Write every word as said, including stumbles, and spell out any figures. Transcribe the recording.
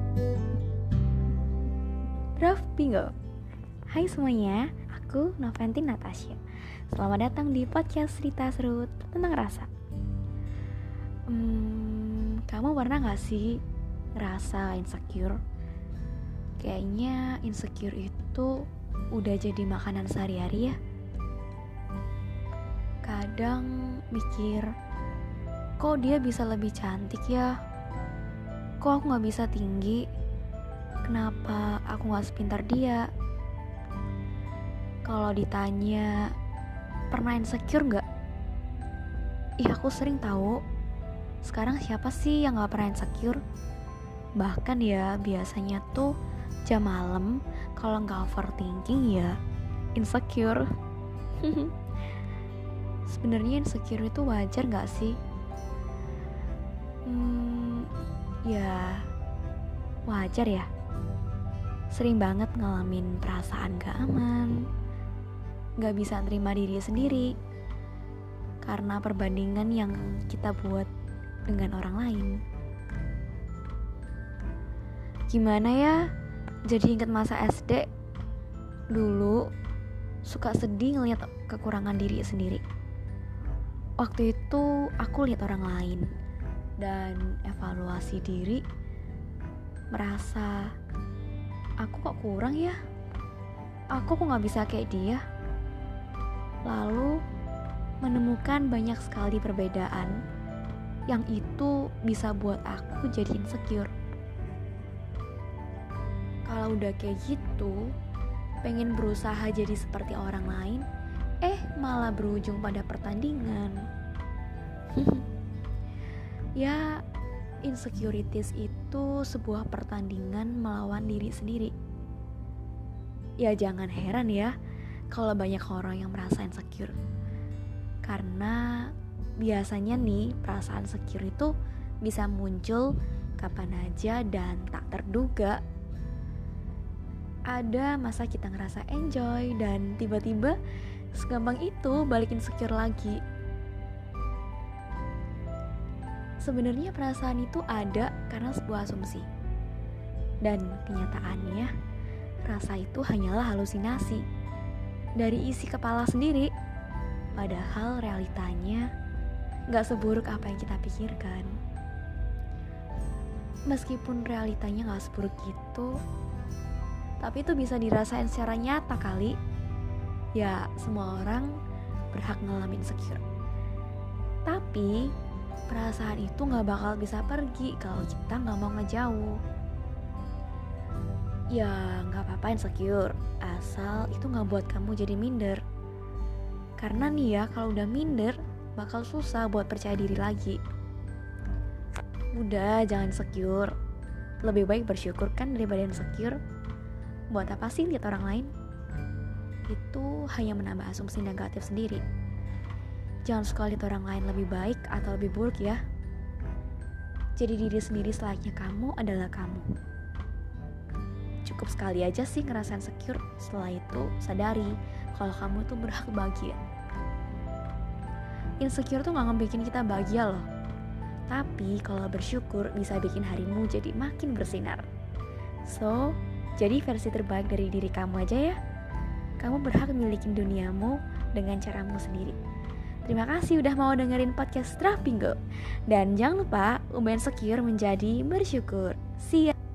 Draft Bingo. Hai semuanya, aku Noventin Natasha. Selamat datang di podcast cerita seru tentang rasa. hmm, Kamu pernah gak sih ngerasa insecure? Kayaknya insecure itu udah jadi makanan sehari-hari ya. Kadang mikir, kok dia bisa lebih cantik ya? Kok aku gak bisa tinggi? Kenapa aku gak sepintar dia? Kalau ditanya, pernah insecure gak? Ih, aku sering tahu. Sekarang siapa sih yang gak pernah insecure? Bahkan ya, biasanya tuh jam malam kalau gak overthinking ya insecure. Sebenarnya insecure itu wajar gak sih? Hmm, ya wajar ya. Sering banget ngalamin perasaan gak aman, gak bisa terima diri sendiri karena perbandingan yang kita buat dengan orang lain. Gimana ya, jadi ingat masa S D. Dulu suka sedih ngeliat kekurangan diri sendiri. Waktu itu aku lihat orang lain dan evaluasi diri, merasa aku kok kurang ya, aku kok gak bisa kayak dia. Lalu menemukan banyak sekali perbedaan yang itu bisa buat aku jadi insecure. Kalau udah kayak gitu, pengen berusaha jadi seperti orang lain, eh malah berujung pada pertandingan. Ya, insecurities itu sebuah pertandingan melawan diri sendiri. Ya jangan heran ya kalau banyak orang yang merasa insecure. Karena biasanya nih perasaan insecure itu bisa muncul kapan aja dan tak terduga. Ada masa kita ngerasa enjoy dan tiba-tiba segampang itu balik insecure lagi. Sebenarnya perasaan itu ada karena sebuah asumsi. Dan kenyataannya, rasa itu hanyalah halusinasi dari isi kepala sendiri. Padahal realitanya gak seburuk apa yang kita pikirkan. Meskipun realitanya gak seburuk itu, tapi itu bisa dirasain secara nyata kali. Ya, semua orang berhak ngalamin insecure. Tapi perasaan itu gak bakal bisa pergi kalau kita gak mau ngejauh. Ya gak apa-apa insecure, asal itu gak buat kamu jadi minder. Karena nih ya, kalau udah minder bakal susah buat percaya diri lagi. Udah, jangan insecure. Lebih baik bersyukur kan daripada insecure. Buat apa sih lihat orang lain? Itu hanya menambah asumsi negatif sendiri. Jangan suka lihat orang lain lebih baik atau lebih buruk ya. Jadi diri sendiri selayaknya kamu adalah kamu. Cukup sekali aja sih ngerasain insecure. Setelah itu sadari kalau kamu tuh berhak bahagia. Insecure tuh gak ngebikin kita bahagia loh. Tapi kalau bersyukur bisa bikin harimu jadi makin bersinar. So, jadi versi terbaik dari diri kamu aja ya. Kamu berhak milikin duniamu dengan caramu sendiri. Terima kasih udah mau dengerin podcast Draft Bingo. Dan jangan lupa ubah insecure menjadi bersyukur. See ya.